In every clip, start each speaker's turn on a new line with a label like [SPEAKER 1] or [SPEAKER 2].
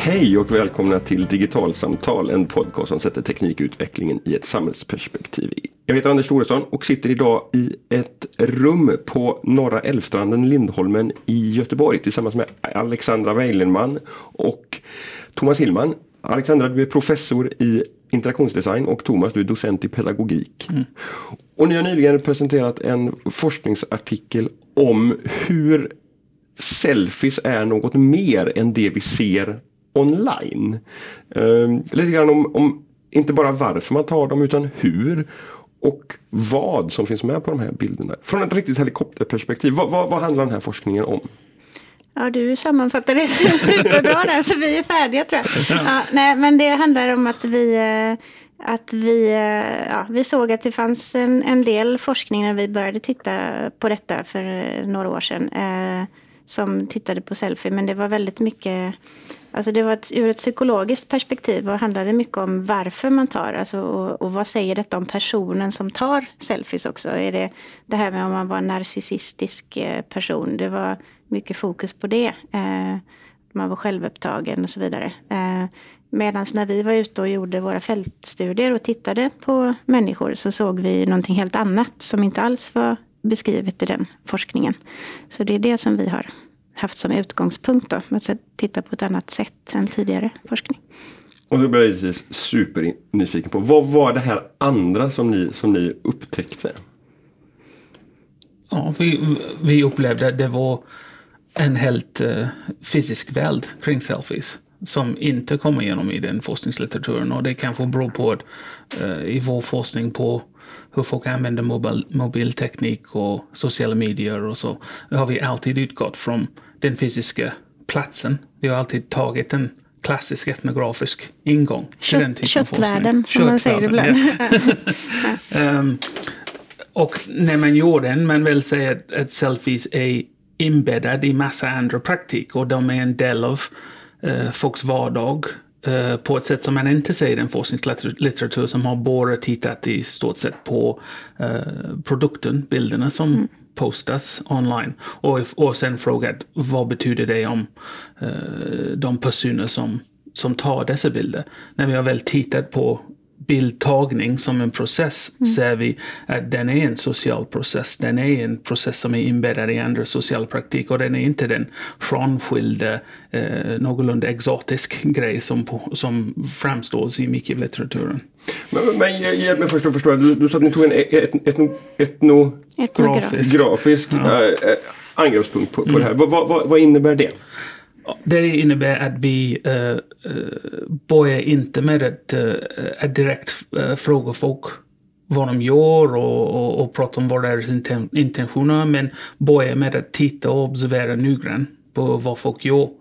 [SPEAKER 1] Hej och välkomna till Digitalsamtal, en podcast som sätter teknikutvecklingen i ett samhällsperspektiv. Jag heter Anders Thoresson och sitter idag i ett rum på Norra Älvstranden, Lindholmen i Göteborg tillsammans med Alexandra Weilenman och Thomas Hillman. Alexandra, du är professor i interaktionsdesign och Thomas, du är docent i pedagogik. Och ni har nyligen presenterat en forskningsartikel om hur selfies är något mer än det vi ser online. Lite grann om inte bara varför man tar dem utan hur och vad som finns med på de här bilderna. Från ett riktigt helikopterperspektiv, vad handlar den här forskningen om?
[SPEAKER 2] Ja, du sammanfattar det superbra där, så vi är färdiga tror jag. Ja, nej, men det handlar om att vi såg att det fanns en del forskning när vi började titta på detta för några år sedan som tittade på selfie, men det var väldigt mycket, alltså det var ur ett psykologiskt perspektiv och handlade mycket om varför man tar, alltså, och vad säger detta om personen som tar selfies också. Är det här med om man var en narcissistisk person, det var mycket fokus på det. Man var självupptagen och så vidare. Medan när vi var ute och gjorde våra fältstudier och tittade på människor så såg vi någonting helt annat som inte alls var beskrivet i den forskningen. Så det är det som vi har haft som utgångspunkt då. Att titta på ett annat sätt än tidigare forskning.
[SPEAKER 1] Och då blir jag supernyfiken på, vad var det här andra som ni upptäckte?
[SPEAKER 3] Ja, vi upplevde att det var en helt fysisk värld kring selfies som inte kommer igenom i den forskningslitteraturen, och det kanske beror på att i vår forskning på hur folk använder mobilteknik och sociala medier och så har vi alltid utgått från den fysiska platsen. Vi har alltid tagit en klassisk etnografisk ingång till den typen av forskning.
[SPEAKER 2] Köttvärlden, som man säger ibland.
[SPEAKER 3] Ja. Och när man gör den, man vill säga att selfies är embeddad i massa andra praktik och de är en del av folks vardag på ett sätt som man inte ser i den forskningslitteratur som har bara tittat i stort sett på produkten, bilderna som postas online och sen frågat vad betyder det om de personer som tar dessa bilder. När vi har väl tittat på bildtagning som en process ser vi att den är en social process. Den är en process som är embeddad i andra sociala praktik och den är inte den frånskilda någorlunda exotisk grej som framstås i mycket av litteraturen.
[SPEAKER 1] Men hjälp mig först att förstå. Du sa att ni tog en etnografisk angreppspunkt på det här. Vad innebär det?
[SPEAKER 3] Det innebär att vi börjar inte med att direkt fråga folk vad de gör och prata om vad deras intentioner, men börjar med att titta och observera noggrant på vad folk gör.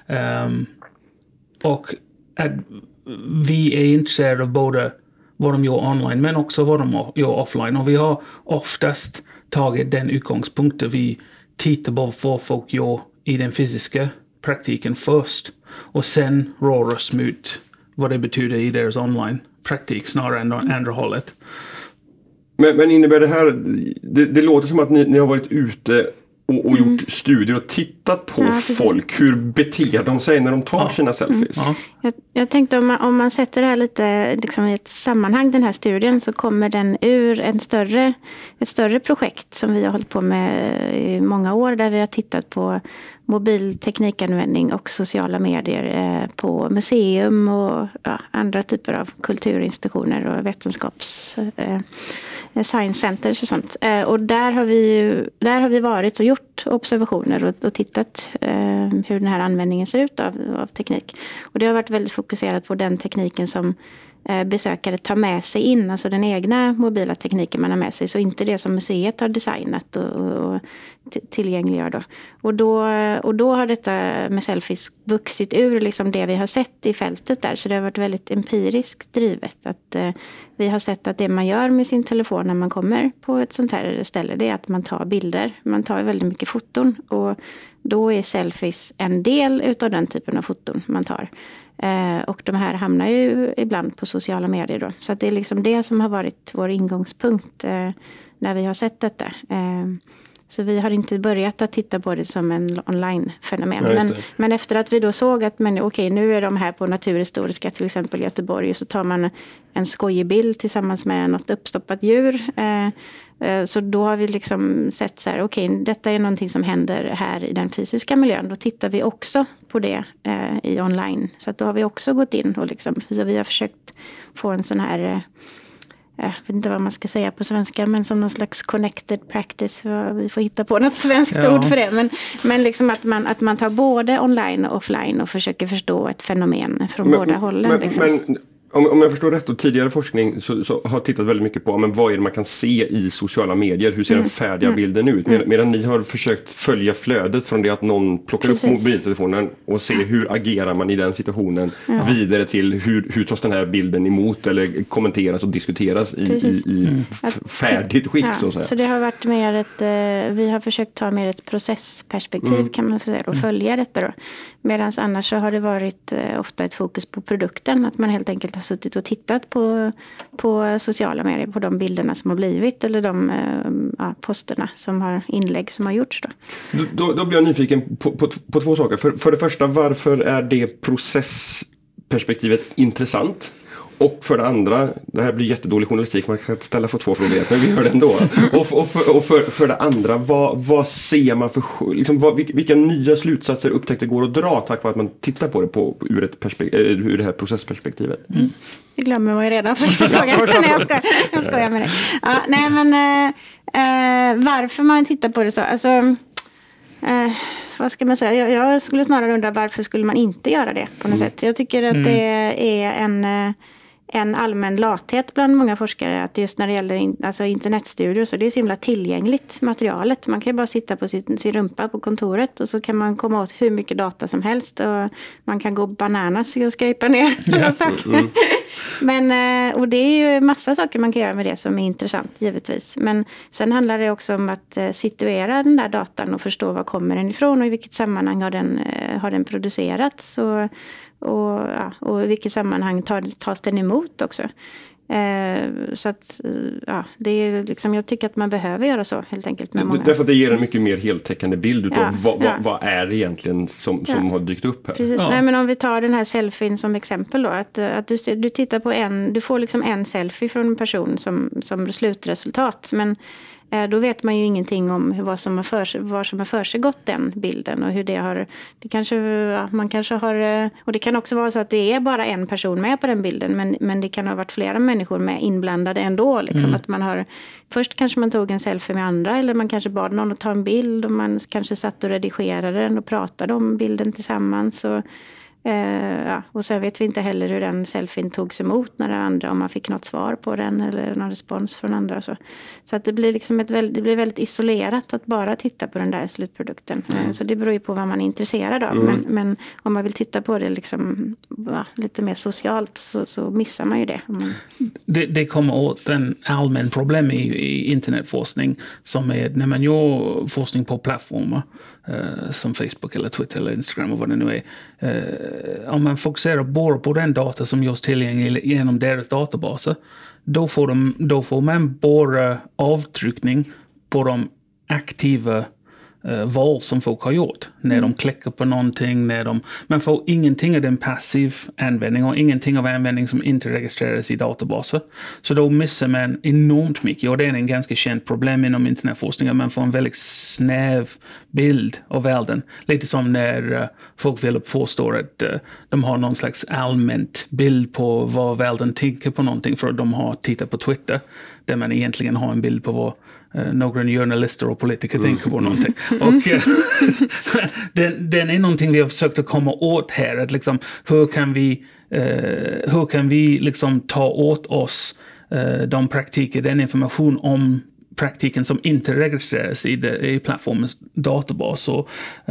[SPEAKER 3] Och att vi är intresserade av både vad de gör online men också vad de gör offline. Och vi har oftast tagit den utgångspunkten vi tittar på vad folk gör i den fysiska praktiken först och sen rör oss mot vad det betyder i deras online-praktik snarare än andra hållet.
[SPEAKER 1] Men innebär det här, det låter som att ni har varit ute och gjort studier och tittat på folk. Hur beter de sig när de tar sina selfies?
[SPEAKER 2] Ja. Jag tänkte om man sätter det här lite liksom i ett sammanhang, den här studien, så kommer den ur ett större projekt som vi har hållit på med i många år, där vi har tittat på mobilteknikanvändning och sociala medier på museum och andra typer av kulturinstitutioner och science centers och sånt. Och där har vi varit och gjort observationer och tittat hur den här användningen ser ut av teknik. Och det har varit väldigt fokuserat på den tekniken som besökare tar med sig in, alltså den egna mobila tekniken man har med sig, så inte det som museet har designat och tillgängliggör då. Och då har detta med selfies vuxit ur liksom det vi har sett i fältet där, så det har varit väldigt empiriskt drivet. Att vi har sett att det man gör med sin telefon när man kommer på ett sånt här ställe, det är att man tar bilder. Man tar väldigt mycket foton och då är selfies en del utav den typen av foton man tar. Och de här hamnar ju ibland på sociala medier då. Så att det är liksom det som har varit vår ingångspunkt när vi har sett detta. Så vi har inte börjat att titta på det som en online-fenomen.
[SPEAKER 1] Ja,
[SPEAKER 2] men efter att vi då såg att nu är de här på Naturhistoriska, till exempel Göteborg, och så tar man en skojig bild tillsammans med något uppstoppat djur. Så då har vi liksom sett så här, detta är någonting som händer här i den fysiska miljön. Då tittar vi också på det i online. Så att då har vi också gått in och så vi har försökt få en sån här, jag vet inte vad man ska säga på svenska, men som någon slags connected practice. Vi får hitta på något svenskt ord för det. Men liksom att man tar både online och offline och försöker förstå ett fenomen från båda hållen.
[SPEAKER 1] Men om jag förstår rätt, och tidigare forskning så har tittat väldigt mycket på vad är det man kan se i sociala medier, hur ser den färdiga bilden ut, medan ni har försökt följa flödet från det att någon plockar upp mobiltelefonen och se hur agerar man i den situationen vidare till hur tas den här bilden emot eller kommenteras och diskuteras i färdigt skick så att säga.
[SPEAKER 2] Så det har varit mer vi har försökt ta mer ett processperspektiv kan man säga och följa detta då. Medan annars så har det varit ofta ett fokus på produkten, att man helt enkelt har suttit och tittat på sociala medier, på de bilderna som har blivit eller de posterna som har inlägg som har gjorts då.
[SPEAKER 1] Då blir jag nyfiken på två saker. För det första, varför är det processperspektivet intressant? Och för det andra, det här blir jättedålig journalistik, man kan ställa för två frågor, men vi gör det ändå. Och för det andra, vad ser man för, liksom, vilka nya slutsatser upptäckter går att dra tack vare att man tittar på det ur det här processperspektivet?
[SPEAKER 2] Jag glömmer mig redan första frågan. Jag skojar med det. Ja, nej, men varför man tittar på det så, alltså vad ska man säga? Jag skulle snarare undra varför skulle man inte göra det på något sätt. Jag tycker att det är en allmän lathet bland många forskare att just när det gäller internetstudier så det är så himla tillgängligt materialet. Man kan ju bara sitta på sin rumpa på kontoret och så kan man komma åt hur mycket data som helst och man kan gå bananas och skräpa ner alla saker. Men, och det är ju massa saker man kan göra med det som är intressant givetvis. Men sen handlar det också om att situera den där datan och förstå var kommer den ifrån och i vilket sammanhang har den producerats och i vilket sammanhang tas den emot också. Så att det är liksom, jag tycker att man behöver göra så helt enkelt med många.
[SPEAKER 1] Därför att det ger en mycket mer heltäckande bild utav vad är det egentligen som har dykt upp här.
[SPEAKER 2] Precis. Nej, men om vi tar den här selfien som exempel då, att du tittar på du får liksom en selfie från en person som slutresultat, men då vet man ju ingenting om vad som har försiggått den bilden och hur det har, man kanske har, och det kan också vara så att det är bara en person med på den bilden, men det kan ha varit flera människor med inblandade ändå liksom, att man har, först kanske man tog en selfie med andra eller man kanske bad någon att ta en bild och man kanske satt och redigerade den och pratade om bilden tillsammans och sen vet vi inte heller hur den selfien togs emot när den andra, om man fick något svar på den eller någon respons från andra. Så att det blir liksom det blir väldigt isolerat att bara titta på den där slutprodukten. Så det beror ju på vad man är intresserad av. Men om man vill titta på det liksom, lite mer socialt så missar man ju det.
[SPEAKER 3] Det kommer åt en allmän problem i internetforskning som är när man gör forskning på plattformar som Facebook eller Twitter eller Instagram och vad det nu är. Om man fokuserar bara på den data som görs tillgänglig genom deras databaser, då får man bara avtryckning på de aktiva val som folk har gjort. När de klickar på någonting, man får ingenting av den passiv användning och ingenting av användning som inte registreras i databaser. Så då missar man enormt mycket, och det är en ganska känt problem inom internetforskning, att man får en väldigt snäv bild av världen. Lite som när folk vill påstå att de har någon slags allmänt bild på vad världen tänker på någonting för att de har tittat på Twitter, där man egentligen har en bild på vad några journalister och politiker tänker på någonting. Och den är någonting vi har försökt att komma åt här. Att liksom, hur kan vi liksom ta åt oss de praktiker, den information om praktiken som inte registreras i plattformens databas. Och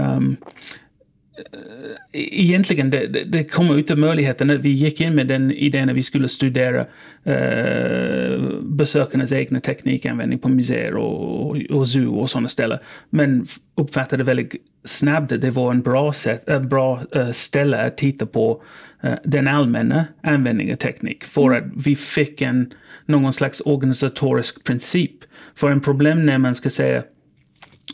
[SPEAKER 3] egentligen det kommer ut av möjligheten att vi gick in med den idén när vi skulle studera besökarnas egna teknikanvändning på museer och zoo och sådana ställen, men uppfattade väldigt snabbt att det var en bra ställe att titta på den allmänna användningen av teknik, för att vi fick någon slags organisatorisk princip. För en problem när man ska säga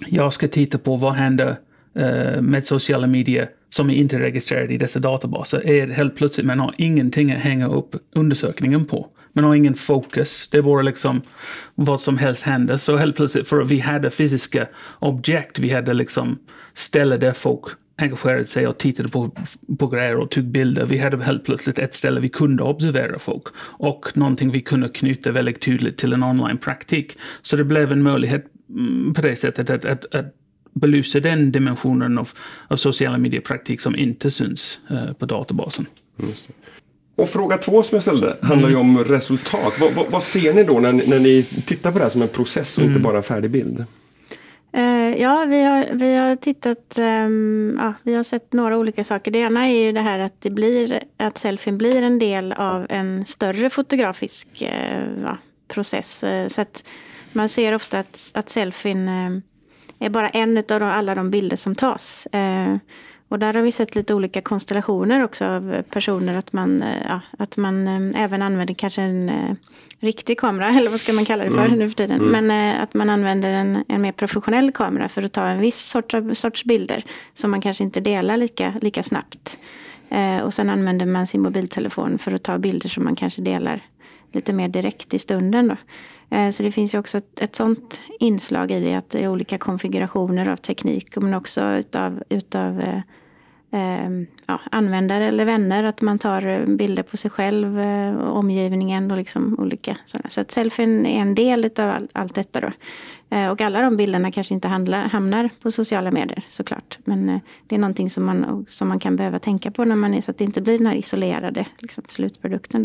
[SPEAKER 3] jag ska titta på vad händer med sociala medier som är inte registrerade i dessa databaser, är helt plötsligt man har ingenting att hänga upp undersökningen på. Man har ingen fokus. Det är bara liksom vad som helst händer. Så helt plötsligt, för vi hade fysiska objekt, vi hade liksom ställen där folk engagerade sig och tittade på grejer och tog bilder. Vi hade helt plötsligt ett ställe vi kunde observera folk och någonting vi kunde knyta väldigt tydligt till en online-praktik. Så det blev en möjlighet på det sättet att belysa den dimensionen av sociala mediepraktik som inte syns på databasen.
[SPEAKER 1] Just det. Och fråga 2 som jag ställde handlar ju om resultat. Vad ser ni då när ni tittar på det här som en process och inte bara en färdig bild?
[SPEAKER 2] Ja, vi har tittat, vi har sett några olika saker. Det ena är ju det här att selfien blir en del av en större fotografisk process. Så att man ser ofta att selfien är bara en av alla de bilder som tas. Och där har vi sett lite olika konstellationer också av personer, att man även använder kanske en riktig kamera, eller vad ska man kalla det för nu för tiden. Men att man använder en mer professionell kamera för att ta en viss sorts bilder som man kanske inte delar lika snabbt. Och sen använder man sin mobiltelefon för att ta bilder som man kanske delar lite mer direkt i stunden då. Så det finns ju också ett sånt inslag i det, att det är olika konfigurationer av teknik, men också utav användare eller vänner, att man tar bilder på sig själv, omgivningen och liksom olika sådana. Så att selfien är en del utav allt detta då. Och alla de bilderna kanske inte hamnar på sociala medier såklart. Men det är någonting som man kan behöva tänka på när man är, så att det inte blir den här isolerade liksom, slutprodukten då.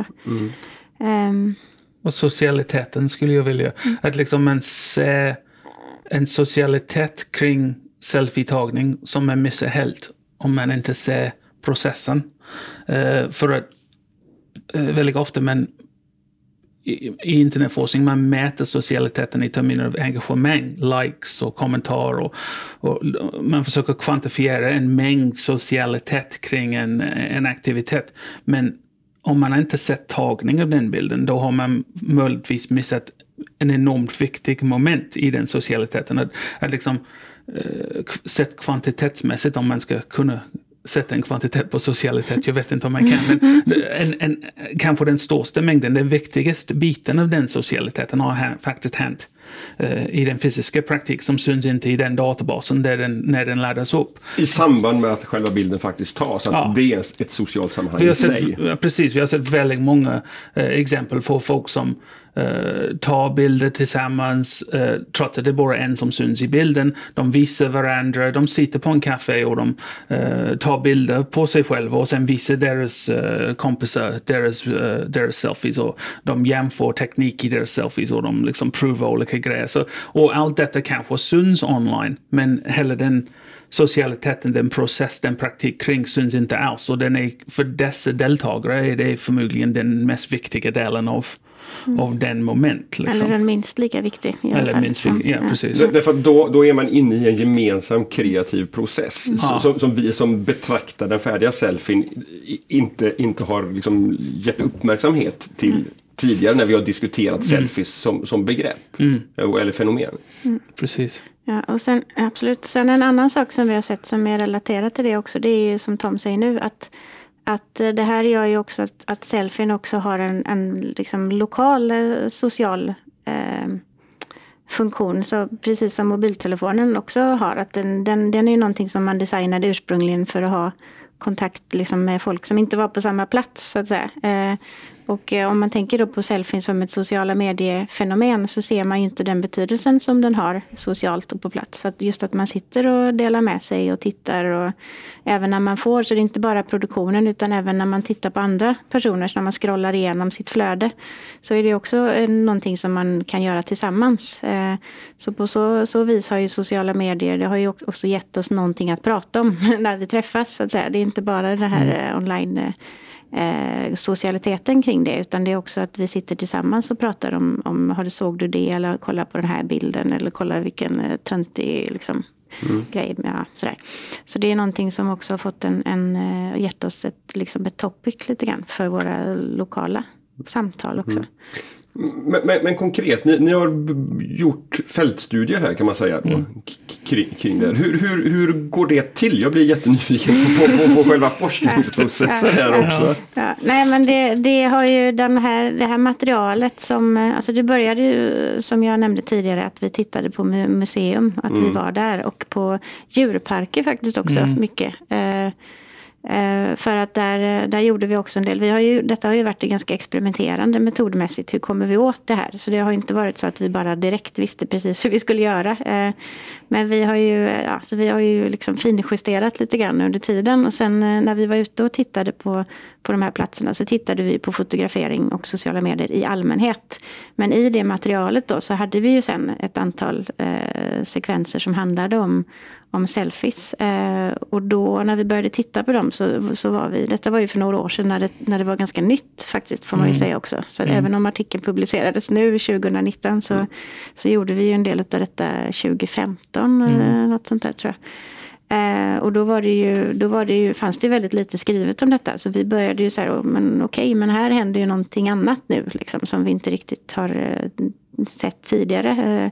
[SPEAKER 3] Och socialiteten skulle jag vilja. Att liksom man ser en socialitet kring selfie-tagning som man missar helt om man inte ser processen. För att väldigt ofta i internetforskning man mäter socialiteten i termer av engagemang, likes och kommentarer och man försöker kvantifiera en mängd socialitet kring en aktivitet. Men om man inte sett tagning av den bilden, då har man möjligtvis missat en enormt viktig moment i den socialiteten. Att liksom sett kvantitetsmässigt, om man ska kunna sätta en kvantitet på socialitet, jag vet inte om man kan, men kanske den största mängden, den viktigaste biten av den socialiteten har faktiskt hänt i den fysiska praktik som syns inte i den databasen när den laddas upp.
[SPEAKER 1] I samband med att själva bilden faktiskt tas, att det är ett socialt sammanhang i sig.
[SPEAKER 3] Precis, vi har sett väldigt många exempel på folk som tar bilder tillsammans trots att det bara är en som syns i bilden. De visar varandra, de sitter på en café och de tar bilder på sig själva och sen visar deras kompisar deras selfies och de jämför teknik i deras selfies och de liksom provar olika grejer. Och allt detta kanske syns online, men hela den socialiteten, den process, den praktik kring syns inte alls. Och den är, för dessa deltagare är det förmodligen den mest viktiga delen av den moment. Liksom.
[SPEAKER 2] Eller den minst lika viktig i alla fall.
[SPEAKER 3] Ja, precis.
[SPEAKER 1] Därför att då är man inne i en gemensam kreativ process som vi som betraktar den färdiga selfien inte har liksom gett uppmärksamhet till tidigare när vi har diskuterat selfies som begrepp eller fenomen.
[SPEAKER 3] Precis.
[SPEAKER 2] Ja, och sen absolut. Sen en annan sak som vi har sett som är relaterat till det också, det är ju som Tom säger nu, att det här gör ju också att selfien också har en liksom lokal social funktion. Så precis som mobiltelefonen också har, att den är ju någonting som man designade ursprungligen för att ha kontakt liksom med folk som inte var på samma plats så att säga. Och om man tänker då på selfien som ett sociala mediefenomen, så ser man ju inte den betydelsen som den har socialt och på plats. Så att just att man sitter och delar med sig och tittar, och även när man får, så det är inte bara produktionen utan även när man tittar på andra personer, när man scrollar igenom sitt flöde, så är det också någonting som man kan göra tillsammans. Så på så vis har ju sociala medier, det har ju också gett oss någonting att prata om när vi träffas så att säga. Det är inte bara det här online socialiteten kring det, utan det är också att vi sitter tillsammans och pratar om såg du det, eller kolla på den här bilden, eller kolla vilken töntig liksom, grej. Ja, sådär. Så det är någonting som också har fått gett oss ett topic lite grann för våra lokala samtal också.
[SPEAKER 1] Men konkret, ni har gjort fältstudier här kan man säga då, kring det. Hur går det till? Jag blir jättenyfiken på själva forskningsprocessen här också.
[SPEAKER 2] Ja. Nej, men det har ju det här materialet som, alltså det började ju som jag nämnde tidigare att vi tittade på museum, att vi var där och på djurparker faktiskt också mycket. För att där gjorde vi också en del. Detta har ju varit ganska experimenterande metodmässigt. Hur kommer vi åt det här? Så det har inte varit så att vi bara direkt visste precis hur vi skulle göra. Men vi har ju liksom finjusterat lite grann under tiden. Och sen när vi var ute och tittade på de här platserna så tittade vi på fotografering och sociala medier i allmänhet. Men i det materialet då så hade vi ju sen ett antal sekvenser som handlade om selfies. Och då när vi började titta på dem så var detta var ju för några år sedan när det var ganska nytt faktiskt får man ju säga också. Så även om artikeln publicerades nu 2019 så gjorde vi ju en del av detta 2015 eller något sånt där tror jag. Och då fanns det ju väldigt lite skrivet om detta. Så vi började ju så här, men här händer ju någonting annat nu liksom, som vi inte riktigt har sett tidigare.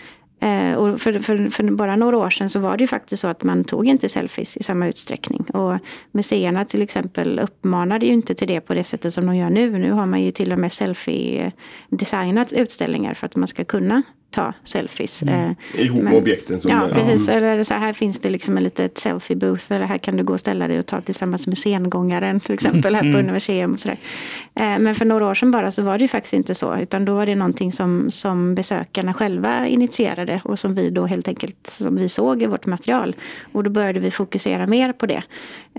[SPEAKER 2] Och för bara några år sedan så var det ju faktiskt så att man tog inte selfies i samma utsträckning. Och museerna till exempel uppmanade ju inte till det på det sättet som de gör nu. Nu har man ju till och med selfie-designat utställningar för att man ska kunna ta selfies.
[SPEAKER 1] Ihop med objekten.
[SPEAKER 2] Ja, precis. Eller så här finns det liksom en litet selfie-booth. Eller här kan du gå och ställa dig och ta tillsammans med scengångaren till exempel här på universitet och sådär. Men för några år sedan bara så var det ju faktiskt inte så. Utan då var det någonting som besökarna själva initierade. Och som vi då helt enkelt som vi såg i vårt material. Och då började vi fokusera mer på det.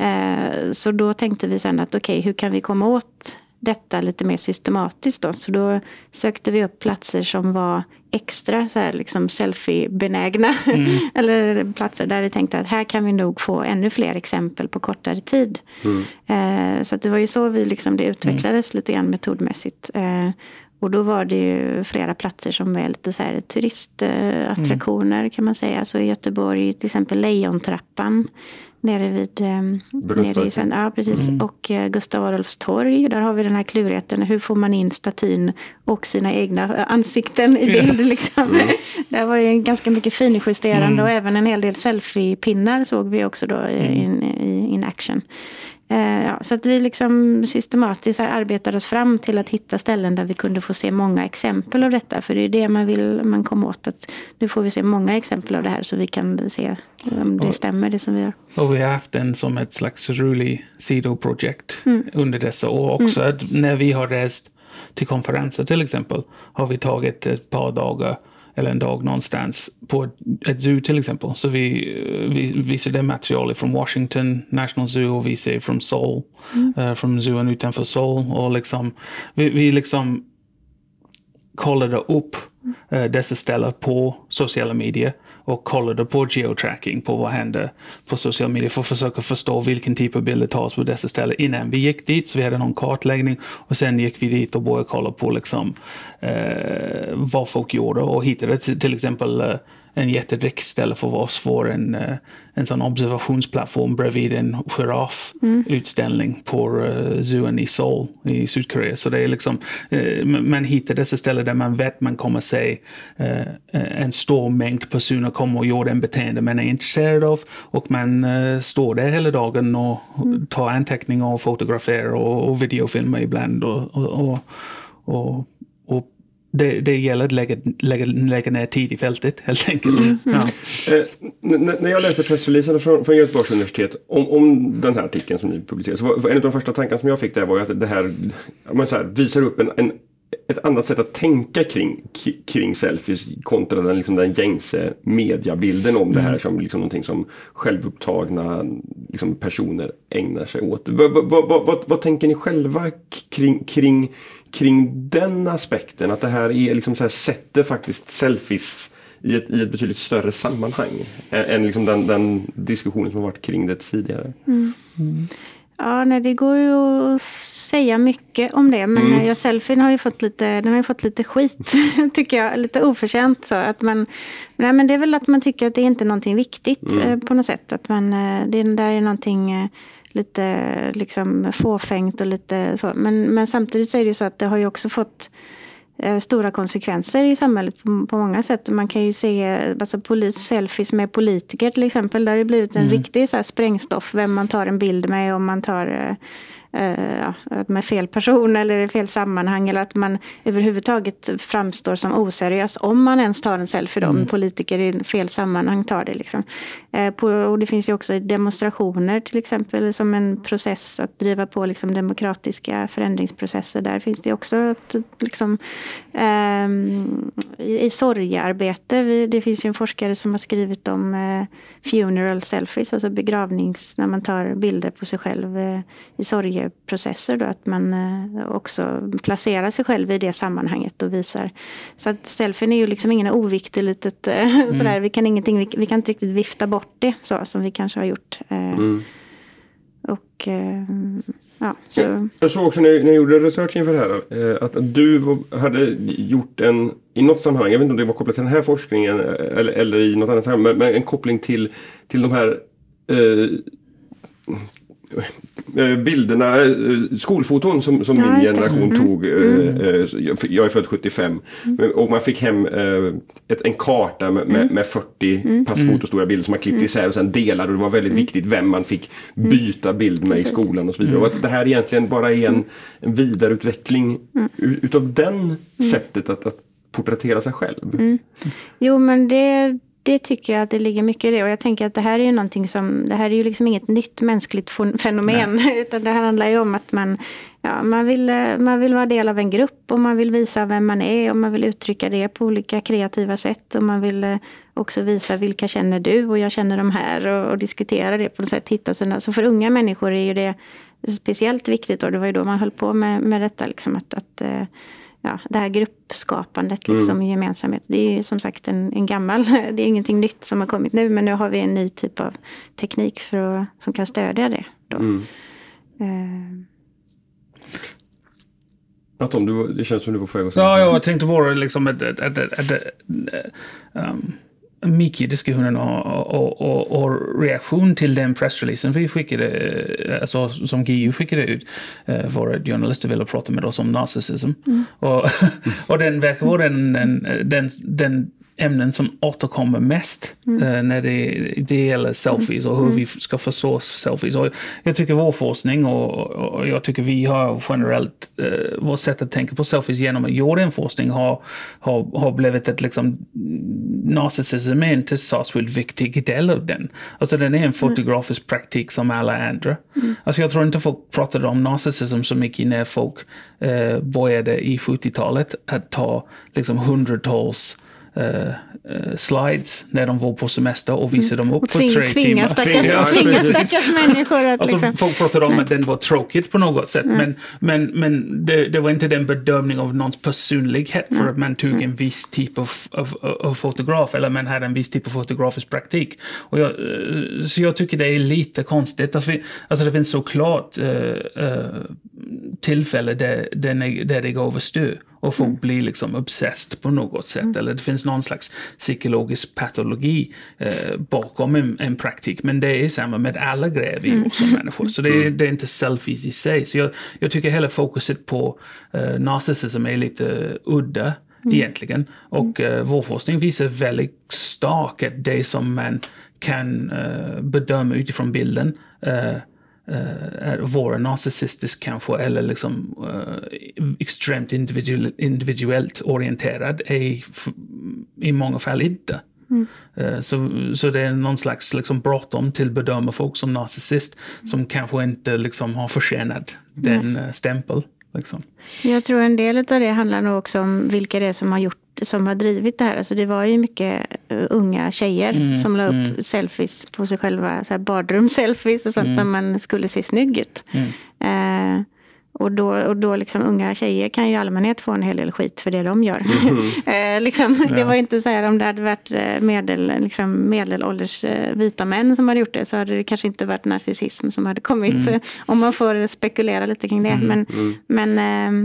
[SPEAKER 2] Så då tänkte vi sen att okej, hur kan vi komma åt detta lite mer systematiskt då. Så då sökte vi upp platser som var extra så här, liksom selfie-benägna. Eller platser där vi tänkte att här kan vi nog få ännu fler exempel på kortare tid. Så att det var ju så det utvecklades lite grann metodmässigt. Och då var det ju flera platser som var lite så här turistattraktioner kan man säga. Så i Göteborg till exempel Lejontrappan. Nere vid ja, precis. Och Gustav Adolfs torg. Där har vi den här klurigheten. Hur får man in statyn och sina egna ansikten i bild liksom. Där var ju ganska mycket finjusterande och även en hel del selfie-pinnar såg vi också då in action. Så att vi liksom systematiskt arbetade oss fram till att hitta ställen där vi kunde få se många exempel av detta. För det är det man kommer åt, att nu får vi se många exempel av det här så vi kan se om det stämmer det som vi gör.
[SPEAKER 3] Och vi har haft den som ett slags rolig sidoprojekt under dessa år också. Att när vi har rest till konferenser till exempel har vi tagit ett par dagar eller en dag någonstans på ett zoo till exempel. Så vi visar det material från Washington National Zoo och vi ser från Seoul, från zooen utanför Seoul. Och liksom, vi liksom kollade upp dessa ställen på sociala medier och kollade på geotracking på vad händer på sociala medier för att försöka förstå vilken typ av bilder tas på dessa ställen innan vi gick dit. Så vi hade någon kartläggning och sen gick vi dit och började kolla på liksom, vad folk gjorde och hittade till exempel en jättedrick ställe för oss för en sån observationsplattform bredvid en giraffutställning på zooen i Seoul i Sydkorea. Så det är liksom, man hittar dessa ställen där man vet man kommer se en stor mängd personer kommer och gör en beteende man är intresserad av och man står där hela dagen och tar anteckningar och fotograferar och videofilmer ibland och det gäller att lägga ner tid i fältet helt enkelt.
[SPEAKER 1] När jag läste pressreleasen från Göteborgs universitet om den här artikeln som ni publicerade så var en av de första tankarna som jag fick där var ju att det här, man så här visar upp ett annat sätt att tänka kring selfies kontra den gängse mediabilden om det här som liksom någonting som självupptagna liksom personer ägnar sig åt. Vad tänker ni själva kring den aspekten, att det här är liksom så här, sätter faktiskt selfies i ett betydligt större sammanhang än liksom den diskussionen som har varit kring det tidigare.
[SPEAKER 2] Ja, nej, det går ju att säga mycket om det, men selfien har ju fått lite skit tycker jag, lite oförtjänt så att men det är väl att man tycker att det är inte någonting viktigt på något sätt, att man det där är någonting lite liksom fåfängt och lite så, men samtidigt så är det ju så att det har ju också fått stora konsekvenser i samhället på många sätt. Man kan ju se alltså selfies med politiker till exempel. Där har det blivit en riktig så här sprängstoff. Vem man tar en bild med, om man tar med fel person eller i fel sammanhang. Eller att man överhuvudtaget framstår som oseriös. Om man ens tar en selfie då. Om politiker i fel sammanhang tar det. Liksom. Och det finns ju också demonstrationer till exempel. Som en process att driva på liksom, demokratiska förändringsprocesser. Där finns det också att, liksom, i sorgearbete. Det finns ju en forskare som har skrivit om funeral selfies. Alltså när man tar bilder på sig själv i sorgeprocesser. Då, att man också placerar sig själv i det sammanhanget och visar. Så att selfien är ju liksom ingen oviktig litet sådär. Vi kan inte riktigt vifta bort det så som vi kanske har gjort. Och så. Jag
[SPEAKER 1] såg också när jag gjorde research inför det här att du hade gjort i något sammanhang, jag vet inte om det var kopplat till den här forskningen eller i något annat sammanhang, men en koppling till de här bilderna, skolfoton som min generation tog. Jag är född 75 och man fick hem en karta med 40 passfotostora bilder som man klippte isär och sen delade, och det var väldigt viktigt vem man fick byta bild med i skolan och så vidare. Och att det här egentligen bara är en vidareutveckling utav den sättet att porträttera sig själv.
[SPEAKER 2] Jo, men det tycker jag att det ligger mycket i det. Och jag tänker att det här är ju någonting det här är ju liksom inget nytt mänskligt fenomen. Utan det här handlar ju om att man vill vara del av en grupp. Och man vill visa vem man är. Och man vill uttrycka det på olika kreativa sätt. Och man vill också visa vilka känner du och jag känner de här. Och diskutera det på något sätt. Så för unga människor är ju det speciellt viktigt. Och det var ju då man höll på med detta. Liksom, det här gruppskapandet liksom, i gemensamhet. Det är ju som sagt en gammal, det är ingenting nytt som har kommit nu, men nu har vi en ny typ av teknik som kan stödja det då.
[SPEAKER 1] Tom, det känns som du var på väg att säga.
[SPEAKER 3] Ja, jag tänkte vara liksom mycket diskussionen och reaktion till den pressreleasen vi skickade, alltså som GU skickade ut. Våra journalister ville prata med oss om narcissism. Och den verkar vara den ämnen som återkommer mest när det gäller selfies och hur vi ska förstå selfies. Och jag tycker vår forskning och jag tycker vi har generellt vårt sätt att tänka på selfies genom att göra en forskning har blivit ett liksom narcissism är inte särskilt viktig del av den. Alltså den är en fotografisk praktik som alla andra. Alltså jag tror inte folk pratade om narcissism så mycket när folk började i 70-talet att ta liksom hundratals slides när de var på semester och visade dem upp
[SPEAKER 2] och
[SPEAKER 3] för 3 timmar.
[SPEAKER 2] Tvinga stackars människor att
[SPEAKER 3] alltså,
[SPEAKER 2] liksom.
[SPEAKER 3] Folk pratade om att den var tråkigt på något sätt, men det var inte den bedömning av någons personlighet för att man tog en viss typ av fotograf eller man hade en viss typ av fotografisk praktik. Och så jag tycker det är lite konstigt. Alltså det finns såklart tillfälle där det går överstyr och folk blir liksom obsessed på något sätt. Eller det finns någon slags psykologisk patologi bakom en praktik. Men det är samma med alla grejer vi gör som människor. Så det är inte selfies i sig. Så jag tycker hela fokuset på narcissism är lite udda egentligen. Och vår forskning visar väldigt starkt att det som man kan bedöma utifrån bilden vara narcissistisk kanske eller liksom extremt individuellt orienterad är i många fall inte. Så det är någon slags liksom bråttom till bedöma folk som narcissist som kanske inte liksom har förtjänat den stämpel. Liksom.
[SPEAKER 2] Jag tror en del av det handlar nog också om vilka det är som har drivit det här. Alltså det var ju mycket unga tjejer som la upp selfies på sig själva, så här badrum-selfies och sånt när man skulle se snygg ut. Och då liksom unga tjejer kan ju i allmänhet få en hel del skit för det de gör. Det var inte så här om det hade varit medelålders vita män som hade gjort det, så hade det kanske inte varit narcissism som hade kommit. Om man får spekulera lite kring det.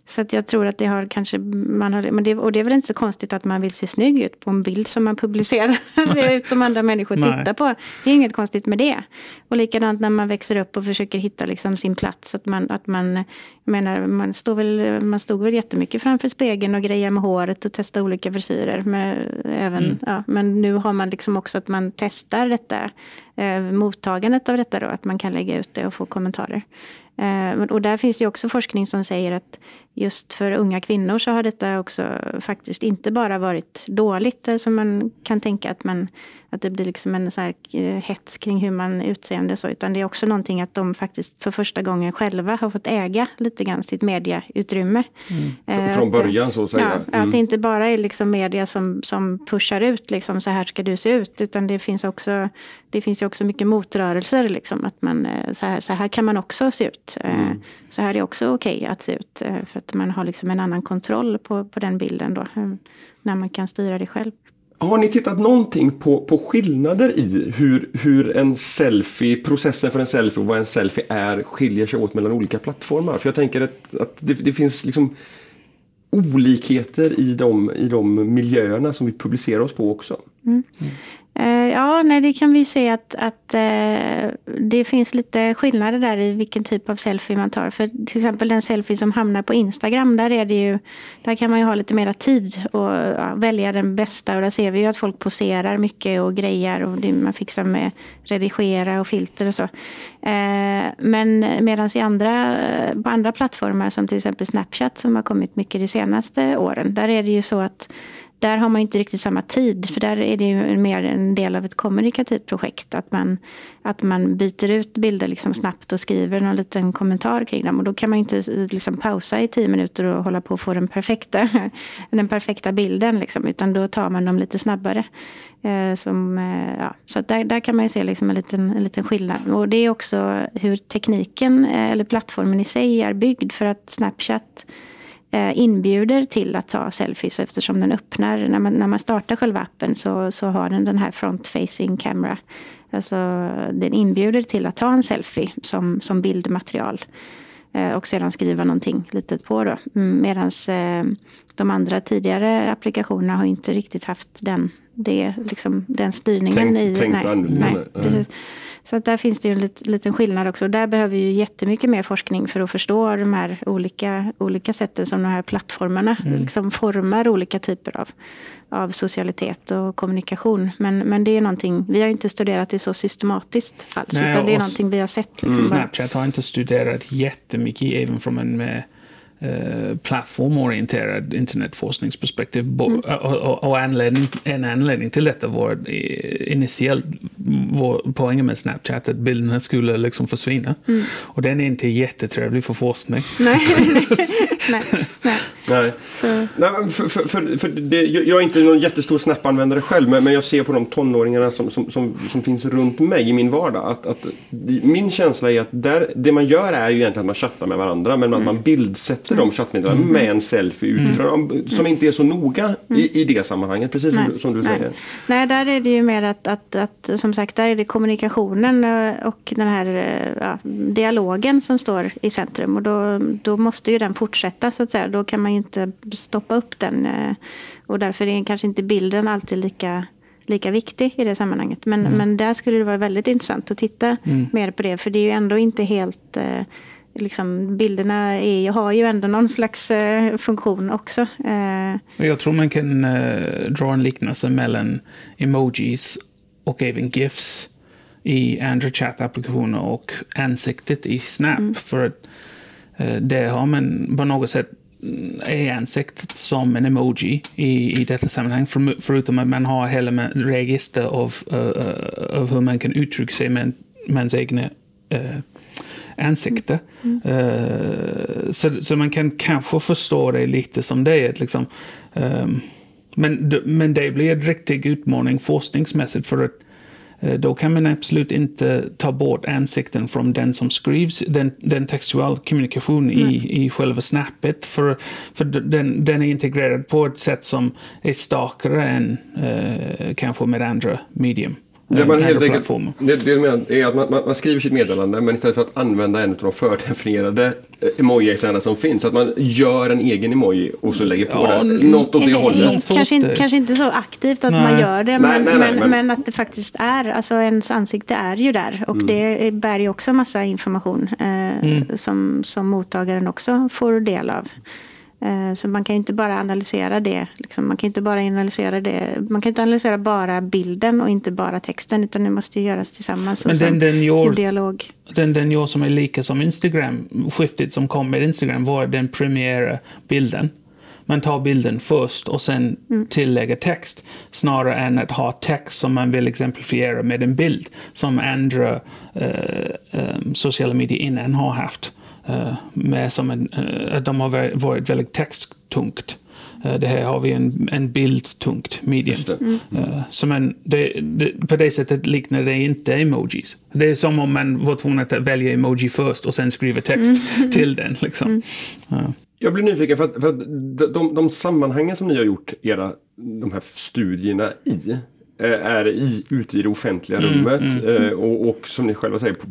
[SPEAKER 2] Så att jag tror att det har kanske, och det är väl inte så konstigt att man vill se snygg ut på en bild som man publicerar som andra människor tittar på. Det är inget konstigt med det. Och likadant när man växer upp och försöker hitta liksom sin plats. Man stod väl jättemycket framför spegeln och grejer med håret och testar olika frisyrer. Men nu har man liksom också att man testar detta, mottagandet av detta då, att man kan lägga ut det och få kommentarer. Och där finns ju också forskning som säger att just för unga kvinnor så har detta också faktiskt inte bara varit dåligt, som man kan tänka att det blir liksom en så här hets kring hur man utseende så, utan det är också någonting att de faktiskt för första gången själva har fått äga lite grann sitt mediautrymme.
[SPEAKER 1] Från början så att säga.
[SPEAKER 2] Ja, att det inte bara är liksom media som pushar ut liksom, så här ska du se ut, utan det finns ju också mycket motrörelser liksom, att man så här kan man också se ut. Så här är också okej att se ut, för att man har liksom en annan kontroll på den bilden då, när man kan styra det själv.
[SPEAKER 1] Har ni tittat någonting på skillnader i hur en selfie, processen för en selfie och vad en selfie är skiljer sig åt mellan olika plattformar? För jag tänker att det finns liksom olikheter i de miljöerna som vi publicerar oss på också.
[SPEAKER 2] Det kan vi se att det finns lite skillnader där i vilken typ av selfie man tar. För till exempel den selfie som hamnar på Instagram, där kan man ju ha lite mera tid och välja den bästa. Och där ser vi ju att folk poserar mycket och grejer och man fixar med redigera och filter och så. Men medan på andra plattformar som till exempel Snapchat som har kommit mycket de senaste åren, där är det ju så att där har man inte riktigt samma tid, för där är det ju mer en del av ett kommunikativt projekt. Att man byter ut bilder liksom snabbt och skriver någon liten kommentar kring dem. Och då kan man inte liksom pausa i 10 minuter och hålla på att få den perfekta bilden. Liksom, utan då tar man dem lite snabbare. Så att där kan man ju se liksom en liten skillnad. Och det är också hur tekniken eller plattformen i sig är byggd, för att Snapchat inbjuder till att ta selfies, eftersom den öppnar när man startar själva appen så har den här front-facing camera. Alltså den inbjuder till att ta en selfie som bildmaterial och sedan skriva någonting litet på då. Medan de andra tidigare applikationerna har inte riktigt haft den styrningen. Nej, precis. Så att där finns det ju en liten skillnad också. Där behöver ju jättemycket mer forskning för att förstå de här olika sätten som de här plattformarna liksom formar olika typer av socialitet och kommunikation. Men det är någonting, vi har inte studerat det så systematiskt alls. Nej, utan det är någonting vi har sett. Liksom
[SPEAKER 3] Snapchat har inte studerat jättemycket även från en plattformorienterad internetforskningsperspektiv. Och en anledning till detta var initiellt poängen med Snapchat att bilderna skulle liksom försvinna. Och den är inte jättetrevlig för forskning.
[SPEAKER 2] Nej.
[SPEAKER 1] Jag är inte någon jättestor Snap-användare själv, men jag ser på de tonåringarna som finns runt mig i min vardag att min känsla är att det man gör är ju egentligen att man chattar med varandra, men att man bildsätter de chattmeddelandena med en selfie utifrån som inte är så noga i det sammanhanget, precis som du säger.
[SPEAKER 2] Nej, där är det ju mer att som sagt, där är det kommunikationen och den här dialogen som står i centrum, och då måste ju den fortsätta, så att säga. Då kan man ju inte stoppa upp den, och därför är kanske inte bilden alltid lika viktig i det sammanhanget. Men där skulle det vara väldigt intressant att titta mer på det, för det är ju ändå inte helt bilderna har ju ändå någon slags funktion också.
[SPEAKER 3] Jag tror man kan dra en liknelse mellan emojis och även GIFs i andra chattapplikationer och ansiktet i Snap, för att det har man på något sätt är ansiktet som en emoji i detta sammanhang, förutom att man har hela register av hur man kan uttrycka sig med ens egna ansikte. Så man kan kanske förstå det lite som det är liksom, men det blir en riktig utmaning forskningsmässigt, för att då kan man absolut inte ta bort ansikten från den som skrivs, den textuell kommunikation i själva snappet, för den är integrerad på ett sätt som är starkare än kanske med andra medium.
[SPEAKER 1] Det man helt enkelt, det är att man skriver sitt meddelande, men istället för att använda en av de fördefinierade emoji-externa som finns, att man gör en egen emoji och så lägger på det. Något åt det hållet.
[SPEAKER 2] Kanske inte så aktivt att man gör det, men att det faktiskt är, alltså ens ansikte är ju där. Och det bär ju också massa information som mottagaren också får del av. Så man kan ju inte bara analysera det. Liksom. Man kan inte analysera bara bilden och inte bara texten, utan det måste ju göras tillsammans.
[SPEAKER 3] Men
[SPEAKER 2] i dialog.
[SPEAKER 3] Den gör som är lika som Instagram. Skiftet som kom med Instagram var den premiära bilden. Man tar bilden först och sen tillägger text. Snarare än att ha text som man vill exemplifiera med en bild. Som andra sociala medier innan har haft. Med som de har varit väldigt texttungt. Det här har vi en bildtungt medium. På det sättet liknar det inte emojis. Det är som om man var tvungen att välja emoji först och sen skriva text till den. Liksom.
[SPEAKER 1] Jag blir nyfiken för att de sammanhangen som ni har gjort de här studierna är ute i det offentliga rummet och som ni själva säger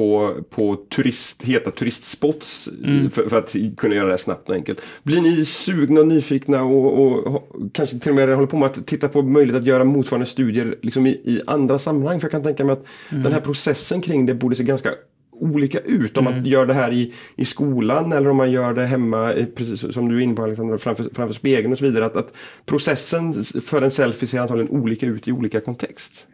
[SPEAKER 1] på heta turistspots för att kunna göra det snabbt och enkelt. Blir ni sugna och nyfikna och kanske till och med håller på med att titta på möjlighet att göra motsvarande studier liksom i andra sammanhang? För jag kan tänka mig att den här processen kring det borde se ganska olika ut om man gör det här i skolan eller om man gör det hemma, precis som du är inne på, Alexandra, framför spegeln och så vidare, att processen för en selfie ser antagligen olika ut i olika kontext.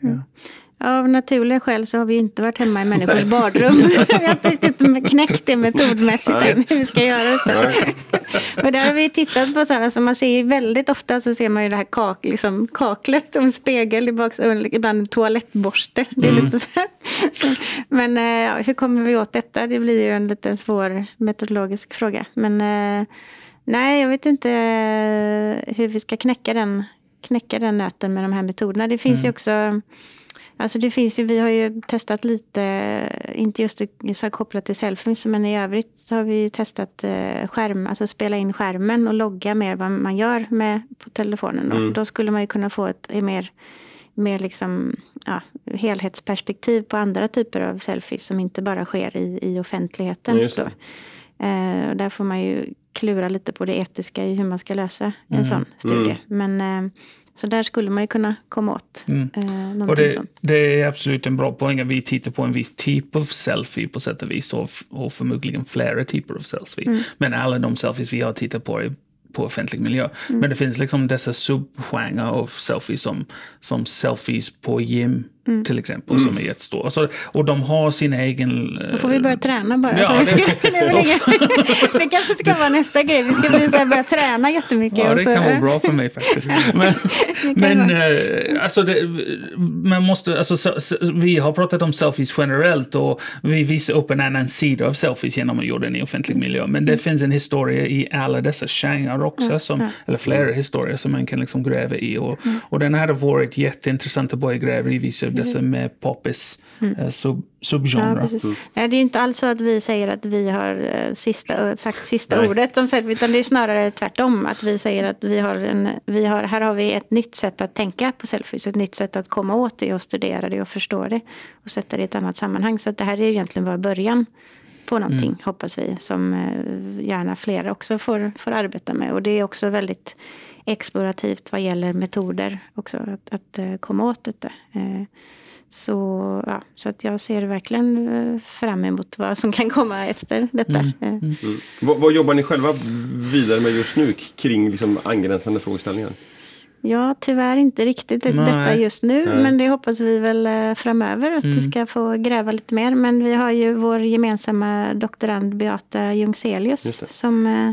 [SPEAKER 2] Av naturliga skäl så har vi inte varit hemma i människors badrum. Vi har inte riktigt knäckt det metodmässigt än, hur vi ska göra det. Men där har vi tittat på sådana som man ser väldigt ofta, så ser man ju det här kaklet och en spegel ibland toalettborste. Det är lite så här. Men hur kommer vi åt detta? Det blir ju en lite svår metodologisk fråga. Men nej, jag vet inte hur vi ska knäcka den nöten med de här metoderna. Det finns ju också... Alltså vi har ju testat lite, inte just så kopplat till selfies, men i övrigt så har vi ju testat alltså spela in skärmen och logga mer vad man gör på telefonen. Då skulle man ju kunna få ett mer liksom, helhetsperspektiv på andra typer av selfies som inte bara sker i offentligheten. Och där får man ju klura lite på det etiska i hur man ska lösa en sån studie. Men... Så där skulle man ju kunna komma åt någonting sånt. Det
[SPEAKER 3] är absolut en bra poäng. Vi tittar på en viss typ av selfie på sätt och vis. Och förmodligen flera typer av selfie. Men alla de selfies vi har tittat på är på offentlig miljö. Men det finns liksom dessa subgenrer av selfies som selfies på gym till exempel, som är jättestora. Alltså, och de har sin egen...
[SPEAKER 2] Då får vi börja träna bara.
[SPEAKER 3] Ja,
[SPEAKER 2] det kanske ska vara nästa grej. Vi ska börja träna jättemycket.
[SPEAKER 3] Ja, det kan vara bra för mig faktiskt. Men alltså man måste... Alltså, vi har pratat om selfies generellt och vi visar upp en annan sida av selfies genom att göra den i offentlig miljö. Men det finns en historia i alla dessa genrer också, eller flera historier som man kan liksom gräva i. Och den hade varit jätteintressant att börja gräva i vissa av dessa med poppis subgenre.
[SPEAKER 2] Ja, det är inte alls så att vi säger att vi har sagt sista ordet om selfie, utan det är snarare tvärtom, att vi säger att här har vi ett nytt sätt att tänka på selfies, ett nytt sätt att komma åt det och studera det och förstå det och sätta det i ett annat sammanhang. Så att det här är egentligen bara början på någonting, hoppas vi, som gärna fler också får arbeta med. Och det är också väldigt explorativt vad gäller metoder också, att komma åt detta. Så att jag ser verkligen fram emot vad som kan komma efter detta.
[SPEAKER 1] Vad jobbar ni själva vidare med just nu kring liksom angränsande frågeställningar?
[SPEAKER 2] Ja, tyvärr inte riktigt detta just nu, men det hoppas vi väl framöver att vi ska få gräva lite mer. Men vi har ju vår gemensamma doktorand Beata Jungselius som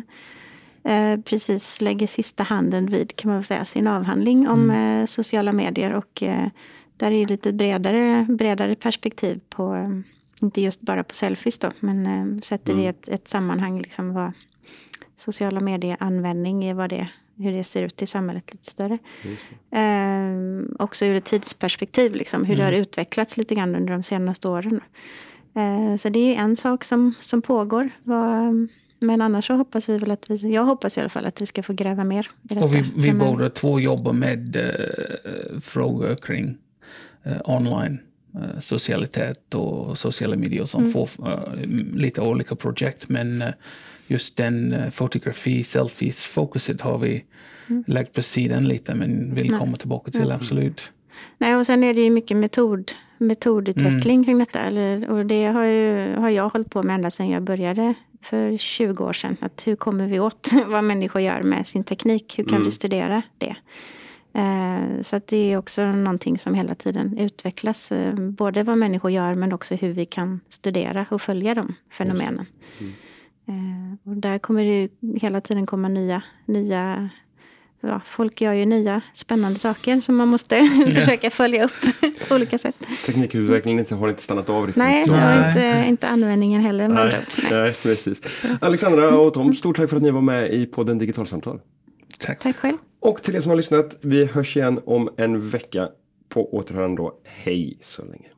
[SPEAKER 2] precis lägger sista handen vid, kan man säga, sin avhandling om sociala medier, och där är lite bredare perspektiv på, inte just bara på selfies då, men sätter det i ett sammanhang liksom vad sociala medieanvändning är, hur det ser ut i samhället lite större. Också ur ett tidsperspektiv, liksom, hur det har utvecklats lite grann under de senaste åren. Så det är en sak som pågår. Men annars så hoppas vi väl jag hoppas i alla fall att vi ska få gräva mer i detta.
[SPEAKER 3] Och vi båda två jobbar med frågor kring online socialitet och sociala medier som får lite olika projekt. Men just den fotografi, selfies, fokuset har vi lagt på sidan lite, men vill komma tillbaka till, absolut.
[SPEAKER 2] Nej, och sen är det ju mycket metodutveckling kring detta. Och det har jag hållit på med ända sedan jag började för 20 år sedan. Att hur kommer vi åt vad människor gör med sin teknik? Hur kan vi studera det? Så att det är också någonting som hela tiden utvecklas. Både vad människor gör men också hur vi kan studera och följa de fenomenen. Och där kommer det hela tiden komma nya folk gör ju nya spännande saker som man måste försöka följa upp på olika sätt.
[SPEAKER 1] Teknikutvecklingen har inte stannat av riktigt.
[SPEAKER 2] Nej, och inte användningen heller.
[SPEAKER 1] Nej, precis. Alexandra och Tom, stort tack för att ni var med i podden Digitalsamtal.
[SPEAKER 3] Tack
[SPEAKER 2] själv.
[SPEAKER 1] Och till er som har lyssnat, vi hörs igen om en vecka på återhörande då. Hej så länge.